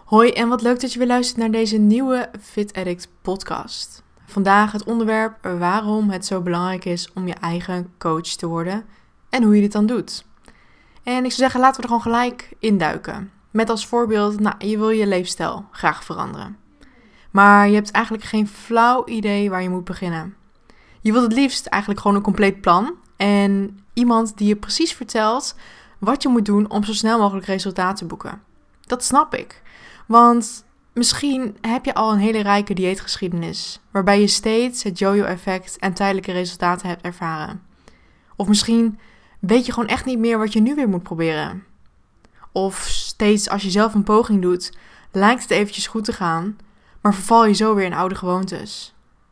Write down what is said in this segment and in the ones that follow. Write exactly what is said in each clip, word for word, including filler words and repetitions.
Hoi en wat leuk dat je weer luistert naar deze nieuwe Fit Addict podcast. Vandaag het onderwerp waarom het zo belangrijk is om je eigen coach te worden en hoe je dit dan doet. En ik zou zeggen, laten we er gewoon gelijk induiken. Met als voorbeeld, nou, je wil je leefstijl graag veranderen. Maar je hebt eigenlijk geen flauw idee waar je moet beginnen. Je wilt het liefst eigenlijk gewoon een compleet plan en iemand die je precies vertelt wat je moet doen om zo snel mogelijk resultaat te boeken. Dat snap ik. Want misschien heb je al een hele rijke dieetgeschiedenis, waarbij je steeds het yo-yo-effect en tijdelijke resultaten hebt ervaren. Of misschien weet je gewoon echt niet meer wat je nu weer moet proberen. Of steeds als je zelf een poging doet, lijkt het eventjes goed te gaan, maar verval je zo weer in oude gewoontes.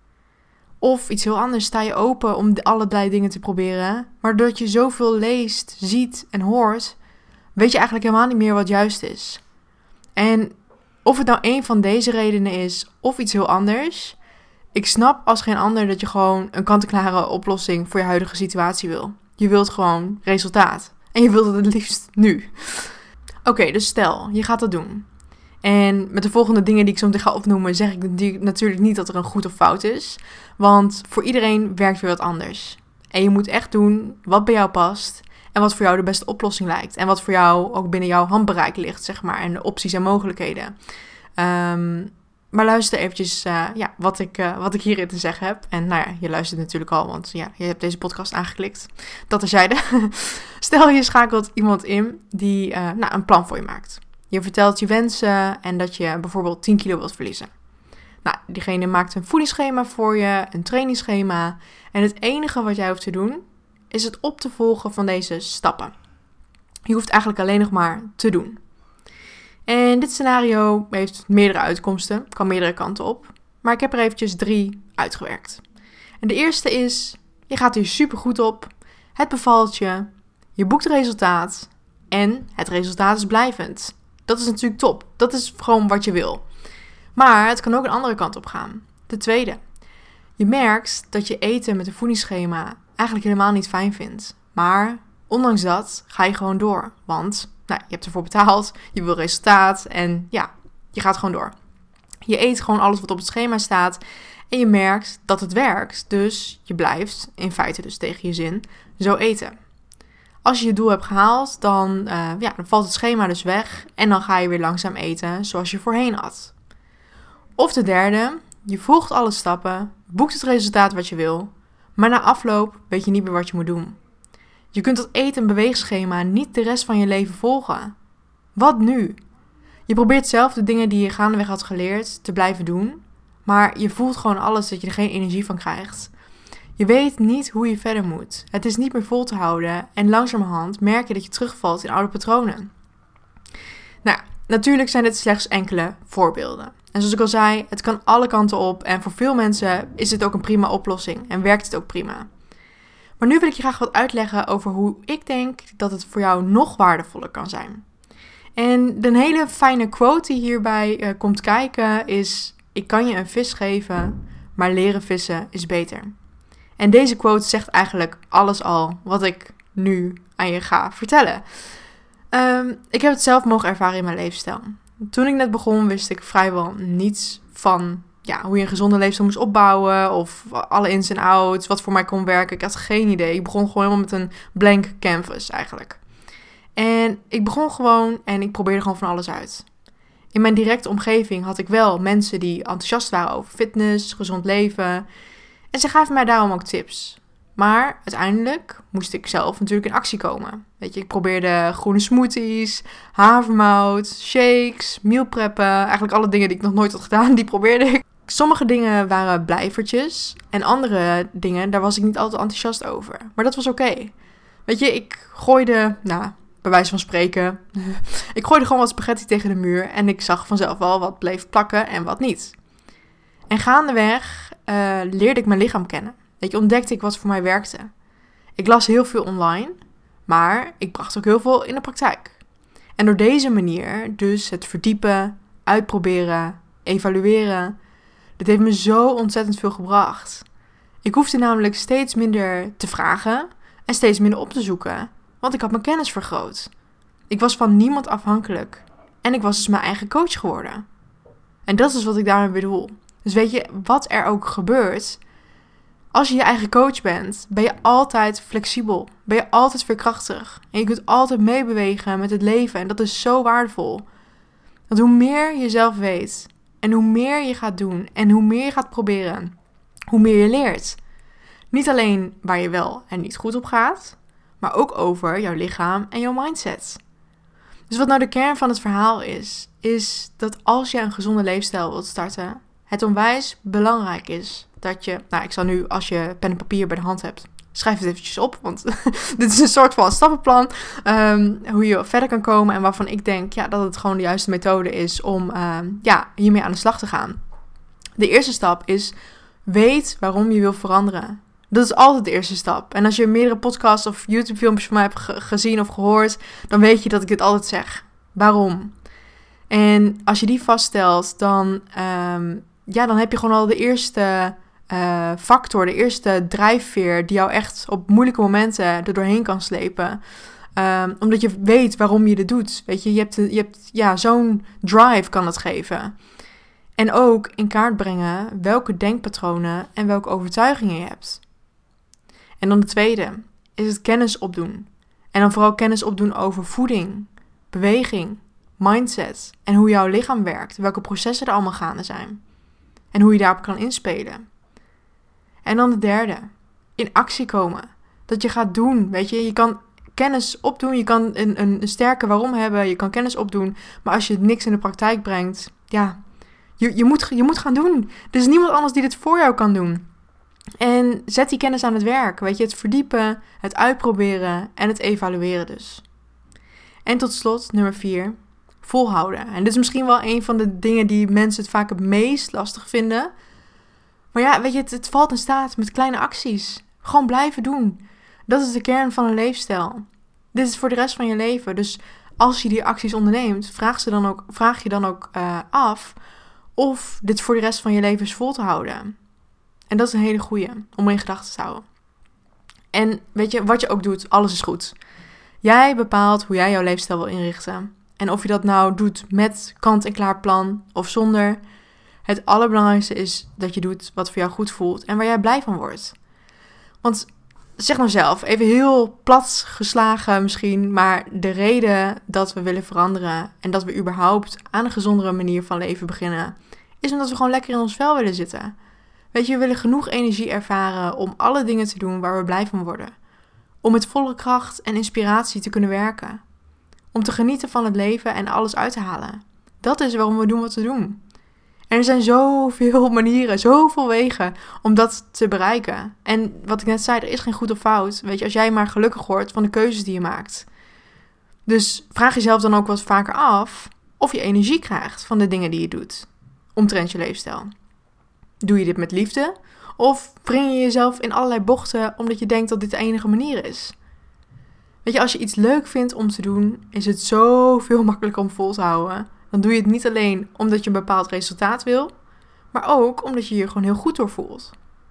Of iets heel anders, sta je open om allerlei dingen te proberen, maar doordat je zoveel leest, ziet en hoort, weet je eigenlijk helemaal niet meer wat juist is. En of het nou een van deze redenen is of iets heel anders, ik snap als geen ander dat je gewoon een kant-en-klare oplossing voor je huidige situatie wil. Je wilt gewoon resultaat. En je wilt het het liefst nu. Oké, okay, dus stel, je gaat dat doen. En met de volgende dingen die ik zo meteen ga opnoemen, zeg ik natuurlijk niet dat er een goed of fout is. Want voor iedereen werkt weer wat anders. En je moet echt doen wat bij jou past en wat voor jou de beste oplossing lijkt. En wat voor jou ook binnen jouw handbereik ligt, zeg maar. En de opties en mogelijkheden. Um, maar luister eventjes uh, ja, wat, ik, uh, wat ik hierin te zeggen heb. En nou ja, je luistert natuurlijk al, want ja, je hebt deze podcast aangeklikt. Dat terzijde. Stel je schakelt iemand in die uh, nou, een plan voor je maakt. Je vertelt je wensen en dat je bijvoorbeeld tien kilo wilt verliezen. Nou, diegene maakt een voedingsschema voor je, een trainingsschema. En het enige wat jij hoeft te doen, is het op te volgen van deze stappen. Je hoeft eigenlijk alleen nog maar te doen. En dit scenario heeft meerdere uitkomsten, kan meerdere kanten op. Maar ik heb er eventjes drie uitgewerkt. En de eerste is, je gaat hier super goed op. Het bevalt je, je boekt resultaat en het resultaat is blijvend. Dat is natuurlijk top. Dat is gewoon wat je wil. Maar het kan ook een andere kant op gaan. De tweede. Je merkt dat je eten met een voedingsschema eigenlijk helemaal niet fijn vindt. Maar ondanks dat ga je gewoon door. Want nou, je hebt ervoor betaald, je wil resultaat en ja, je gaat gewoon door. Je eet gewoon alles wat op het schema staat en je merkt dat het werkt. Dus je blijft, in feite dus tegen je zin, zo eten. Als je je doel hebt gehaald, dan, uh, ja, dan valt het schema dus weg en dan ga je weer langzaam eten zoals je voorheen had. Of de derde, je volgt alle stappen, boekt het resultaat wat je wil, maar na afloop weet je niet meer wat je moet doen. Je kunt dat eten- en beweegschema niet de rest van je leven volgen. Wat nu? Je probeert zelf de dingen die je gaandeweg had geleerd te blijven doen, maar je voelt gewoon alles dat je er geen energie van krijgt. Je weet niet hoe je verder moet. Het is niet meer vol te houden en langzamerhand merk je dat je terugvalt in oude patronen. Nou, natuurlijk zijn dit slechts enkele voorbeelden. En zoals ik al zei, het kan alle kanten op en voor veel mensen is dit ook een prima oplossing en werkt het ook prima. Maar nu wil ik je graag wat uitleggen over hoe ik denk dat het voor jou nog waardevoller kan zijn. En een hele fijne quote die hierbij uh, komt kijken is: ik kan je een vis geven, maar leren vissen is beter. En deze quote zegt eigenlijk alles al wat ik nu aan je ga vertellen. Um, ik heb het zelf mogen ervaren in mijn leefstijl. Toen ik net begon wist ik vrijwel niets van ja, hoe je een gezonde leefstijl moest opbouwen. Of alle ins en outs, wat voor mij kon werken. Ik had geen idee. Ik begon gewoon helemaal met een blank canvas eigenlijk. En ik begon gewoon en ik probeerde gewoon van alles uit. In mijn directe omgeving had ik wel mensen die enthousiast waren over fitness, gezond leven. En ze gaven mij daarom ook tips. Maar uiteindelijk moest ik zelf natuurlijk in actie komen. Weet je, ik probeerde groene smoothies, havermout, shakes, meal preppen. Eigenlijk alle dingen die ik nog nooit had gedaan, die probeerde ik. Sommige dingen waren blijvertjes. En andere dingen, daar was ik niet altijd enthousiast over. Maar dat was oké. Okay. Weet je, ik gooide, nou, bij wijze van spreken. ik gooide gewoon wat spaghetti tegen de muur. En ik zag vanzelf wel wat bleef plakken en wat niet. En gaandeweg uh, leerde ik mijn lichaam kennen. Weet je, ontdekte ik wat voor mij werkte. Ik las heel veel online, maar ik bracht ook heel veel in de praktijk. En door deze manier, dus het verdiepen, uitproberen, evalueren, dit heeft me zo ontzettend veel gebracht. Ik hoefde namelijk steeds minder te vragen en steeds minder op te zoeken, want ik had mijn kennis vergroot. Ik was van niemand afhankelijk. En ik was dus mijn eigen coach geworden. En dat is wat ik daarmee bedoel. Dus weet je, wat er ook gebeurt, als je je eigen coach bent, ben je altijd flexibel. Ben je altijd veerkrachtig. En je kunt altijd meebewegen met het leven. En dat is zo waardevol. Want hoe meer je zelf weet en hoe meer je gaat doen en hoe meer je gaat proberen, hoe meer je leert. Niet alleen waar je wel en niet goed op gaat, maar ook over jouw lichaam en jouw mindset. Dus wat nou de kern van het verhaal is, is dat als je een gezonde leefstijl wilt starten, het onwijs belangrijk is dat je, nou ik zal nu als je pen en papier bij de hand hebt, schrijf het eventjes op, want dit is een soort van stappenplan, um, hoe je verder kan komen en waarvan ik denk ja, dat het gewoon de juiste methode is om um, ja, hiermee aan de slag te gaan. De eerste stap is, weet waarom je wil veranderen. Dat is altijd de eerste stap. En als je meerdere podcasts of YouTube filmpjes van mij hebt ge- gezien of gehoord, dan weet je dat ik dit altijd zeg. Waarom? En als je die vaststelt, dan, um, ja, dan heb je gewoon al de eerste uh, factor, de eerste drijfveer die jou echt op moeilijke momenten er doorheen kan slepen. Um, omdat je weet waarom je dit doet. Weet je, je hebt, je hebt ja, zo'n drive kan het geven. En ook in kaart brengen welke denkpatronen en welke overtuigingen je hebt. En dan de tweede is het kennis opdoen. En dan vooral kennis opdoen over voeding, beweging, mindset en hoe jouw lichaam werkt. Welke processen er allemaal gaande zijn. En hoe je daarop kan inspelen. En dan de derde, in actie komen. Dat je gaat doen, weet je. Je kan kennis opdoen, je kan een, een, een sterke waarom hebben, je kan kennis opdoen. Maar als je niks in de praktijk brengt, ja, je, je, moet, je moet gaan doen. Er is niemand anders die dit voor jou kan doen. En zet die kennis aan het werk, weet je. Het verdiepen, het uitproberen en het evalueren dus. En tot slot, nummer vier, volhouden. En dit is misschien wel een van de dingen die mensen het vaak het meest lastig vinden. Maar ja, weet je, het, het valt in staat met kleine acties. Gewoon blijven doen. Dat is de kern van een leefstijl. Dit is voor de rest van je leven. Dus als je die acties onderneemt, vraag, ze dan ook, vraag je dan ook uh, af of dit voor de rest van je leven is vol te houden. En dat is een hele goeie om in gedachten te houden. En weet je, wat je ook doet, alles is goed. Jij bepaalt hoe jij jouw leefstijl wil inrichten. En of je dat nou doet met kant-en-klaar plan of zonder. Het allerbelangrijkste is dat je doet wat voor jou goed voelt en waar jij blij van wordt. Want zeg nou zelf, even heel plat geslagen misschien, maar de reden dat we willen veranderen en dat we überhaupt aan een gezondere manier van leven beginnen, is omdat we gewoon lekker in ons vel willen zitten. Weet je, we willen genoeg energie ervaren om alle dingen te doen waar we blij van worden. Om met volle kracht en inspiratie te kunnen werken. Om te genieten van het leven en alles uit te halen. Dat is waarom we doen wat we doen. En er zijn zoveel manieren, zoveel wegen om dat te bereiken. En wat ik net zei, er is geen goed of fout. Weet je, als jij maar gelukkig wordt van de keuzes die je maakt. Dus vraag jezelf dan ook wat vaker af of je energie krijgt van de dingen die je doet. Omtrent je leefstijl. Doe je dit met liefde? Of breng je jezelf in allerlei bochten omdat je denkt dat dit de enige manier is? Weet je, als je iets leuk vindt om te doen, is het zoveel makkelijker om vol te houden. Dan doe je het niet alleen omdat je een bepaald resultaat wil, maar ook omdat je je gewoon heel goed door voelt.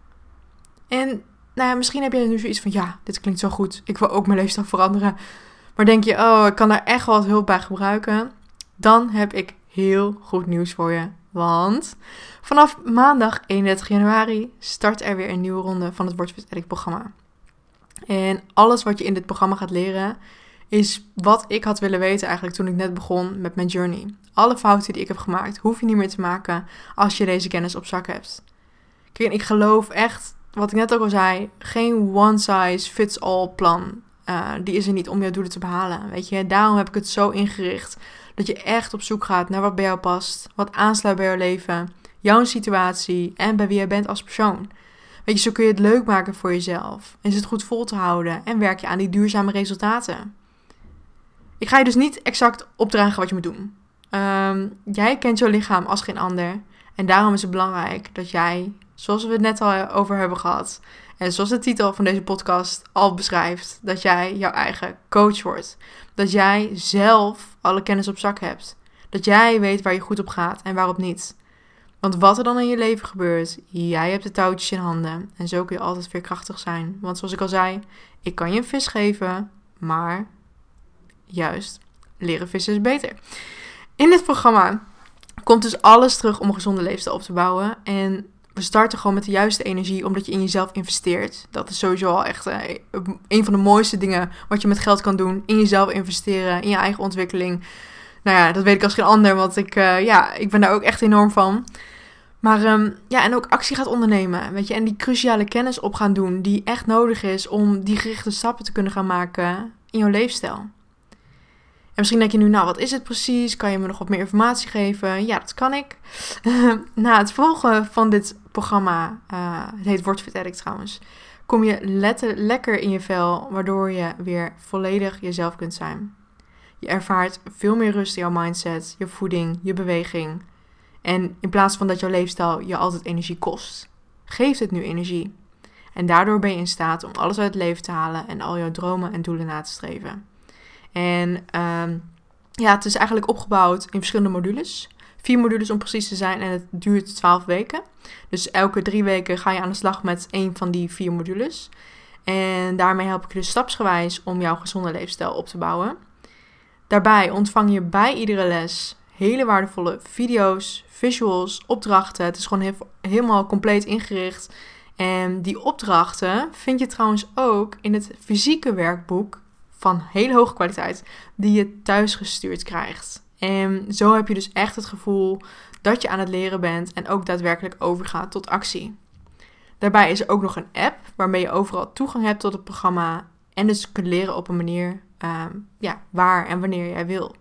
En nou ja, misschien heb je nu zoiets van, ja, dit klinkt zo goed, ik wil ook mijn leefstijl veranderen. Maar denk je, oh, ik kan daar echt wel wat hulp bij gebruiken. Dan heb ik heel goed nieuws voor je. Want vanaf maandag eenendertig januari start er weer een nieuwe ronde van het Word Fit Addict programma. En alles wat je in dit programma gaat leren is wat ik had willen weten eigenlijk toen ik net begon met mijn journey. Alle fouten die ik heb gemaakt, hoef je niet meer te maken als je deze kennis op zak hebt. Kijk, en ik geloof echt, wat ik net ook al zei, geen one size fits all plan. Uh, die is er niet om jouw doelen te behalen. Weet je, daarom heb ik het zo ingericht dat je echt op zoek gaat naar wat bij jou past, wat aansluit bij jouw leven, jouw situatie en bij wie jij bent als persoon. Weet je, zo kun je het leuk maken voor jezelf. En is het goed vol te houden en werk je aan die duurzame resultaten. Ik ga je dus niet exact opdragen wat je moet doen. Um, jij kent jouw lichaam als geen ander. En daarom is het belangrijk dat jij, zoals we het net al over hebben gehad, en zoals de titel van deze podcast al beschrijft, dat jij jouw eigen coach wordt. Dat jij zelf alle kennis op zak hebt. Dat jij weet waar je goed op gaat en waarop niet. Want wat er dan in je leven gebeurt, jij hebt de touwtjes in handen. En zo kun je altijd veerkrachtig zijn. Want zoals ik al zei, ik kan je een vis geven, maar juist, leren vissen is beter. In dit programma komt dus alles terug om een gezonde leefstijl op te bouwen. En we starten gewoon met de juiste energie, omdat je in jezelf investeert. Dat is sowieso al echt uh, een van de mooiste dingen wat je met geld kan doen. In jezelf investeren, in je eigen ontwikkeling. Nou ja, dat weet ik als geen ander, want ik, uh, ja, ik ben daar ook echt enorm van. Maar um, ja, en ook actie gaat ondernemen, weet je. En die cruciale kennis op gaan doen die echt nodig is om die gerichte stappen te kunnen gaan maken in jouw leefstijl. En misschien denk je nu, nou, wat is het precies? Kan je me nog wat meer informatie geven? Ja, dat kan ik. Na het volgen van dit programma, uh, het heet Word Fit Addict trouwens, kom je letter, lekker in je vel, waardoor je weer volledig jezelf kunt zijn. Je ervaart veel meer rust in jouw mindset, je voeding, je beweging. En in plaats van dat jouw leefstijl je altijd energie kost, geeft het nu energie. En daardoor ben je in staat om alles uit het leven te halen en al jouw dromen en doelen na te streven. En um, ja, het is eigenlijk opgebouwd in verschillende modules. Vier modules om precies te zijn en het duurt twaalf weken. Dus elke drie weken ga je aan de slag met één van die vier modules. En daarmee help ik je dus stapsgewijs om jouw gezonde leefstijl op te bouwen. Daarbij ontvang je bij iedere les hele waardevolle video's, visuals, opdrachten. Het is gewoon heel, helemaal compleet ingericht. En die opdrachten vind je trouwens ook in het fysieke werkboek van hele hoge kwaliteit die je thuis gestuurd krijgt. En zo heb je dus echt het gevoel dat je aan het leren bent en ook daadwerkelijk overgaat tot actie. Daarbij is er ook nog een app waarmee je overal toegang hebt tot het programma en dus kunt leren op een manier um, ja, waar en wanneer jij wil.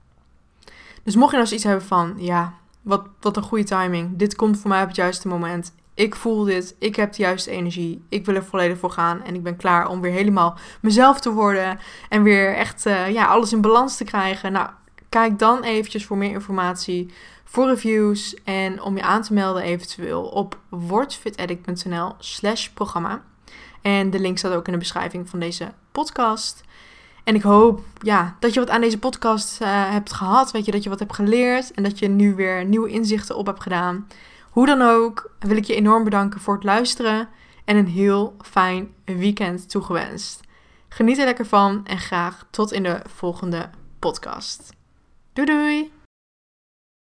Dus mocht je nou eens iets hebben van, ja, wat, wat een goede timing. Dit komt voor mij op het juiste moment. Ik voel dit, ik heb de juiste energie, ik wil er volledig voor gaan en ik ben klaar om weer helemaal mezelf te worden en weer echt uh, ja, alles in balans te krijgen. Nou, kijk dan eventjes voor meer informatie, voor reviews en om je aan te melden eventueel op wordfitaddict.nl slash programma. En de link staat ook in de beschrijving van deze podcast. En ik hoop ja, dat je wat aan deze podcast uh, hebt gehad, weet je, dat je wat hebt geleerd en dat je nu weer nieuwe inzichten op hebt gedaan. Hoe dan ook wil ik je enorm bedanken voor het luisteren en een heel fijn weekend toegewenst. Geniet er lekker van en graag tot in de volgende podcast. Doei doei!